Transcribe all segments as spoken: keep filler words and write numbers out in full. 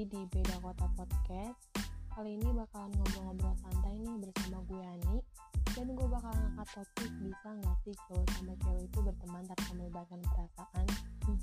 di Beda Kota Podcast. Kali ini bakalan ngobrol-ngobrol santai nih bersama gue Ani. Dan gue bakal ngangkat topik, bisa gak sih cowok sama cewek itu berteman tanpa melibatkan perasaan. hmm.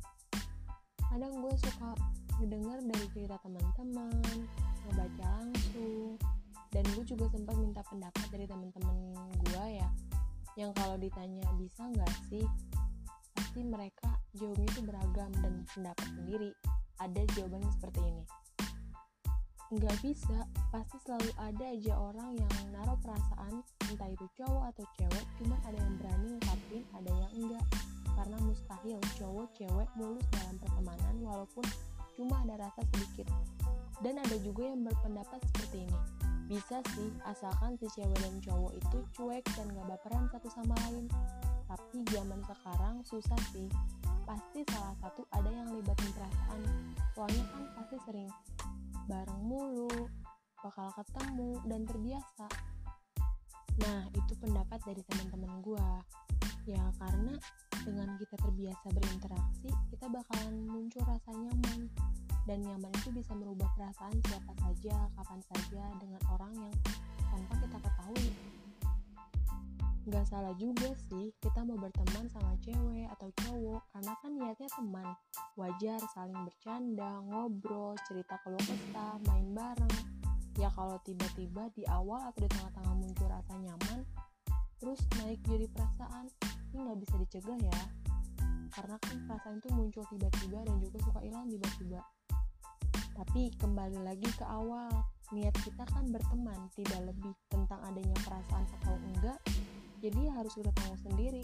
Kadang gue suka ngedenger dari cerita teman-teman, ngebaca langsung, dan gue juga sempat minta pendapat dari teman-teman gue ya, yang kalau ditanya bisa gak sih, pasti mereka jawabnya itu beragam dan pendapat sendiri. Ada jawaban seperti ini, nggak bisa, pasti selalu ada aja orang yang naruh perasaan, entah itu cowok atau cewek, cuman ada yang berani ngungkapin, ada yang enggak. Karena mustahil cowok cewek mulus dalam pertemanan walaupun cuma ada rasa sedikit. Dan ada juga yang berpendapat seperti ini, bisa sih asalkan si cewek dan cowok itu cuek dan gak baperan satu sama lain. Tapi zaman sekarang susah sih, pasti salah satu ada yang libatin perasaan. Soalnya kan pasti sering bareng mulu, bakal ketemu dan terbiasa. Nah, itu pendapat dari teman-teman gue. Ya karena dengan kita terbiasa berinteraksi, kita bakalan muncul rasa nyaman. Dan nyaman itu bisa merubah perasaan siapa saja, kapan saja, dengan orang yang tanpa kita ketahui. Gak salah juga sih kita mau berteman sama cewek atau cowok, karena kan niatnya teman. Wajar saling bercanda, ngobrol, cerita keluh kesah, main bareng. Ya kalau tiba-tiba di awal atau di tengah-tengah muncul rasa nyaman, terus naik jadi perasaan, ini gak bisa dicegah ya. Karena kan perasaan itu muncul tiba-tiba dan juga suka hilang tiba-tiba. Tapi kembali lagi ke awal, niat kita kan berteman, tidak lebih tentang adanya perasaan atau enggak. Jadi harus kita tahu sendiri.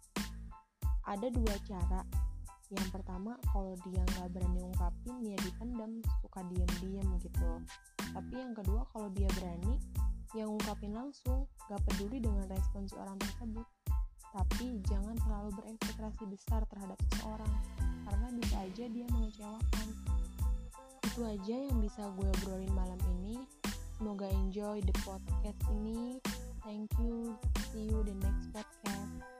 Ada dua cara. Yang pertama, kalau dia gak berani ungkapin, ya dipendam, suka diem-diem gitu. Tapi yang kedua, kalau dia berani, ya ungkapin langsung, gak peduli dengan respon si orang tersebut. Tapi jangan terlalu berekspektasi besar terhadap seseorang, karena bisa aja dia mengecewakan. Itu aja yang bisa gue obrolin malam ini. Semoga enjoy the podcast ini. Thank you. See you the next podcast.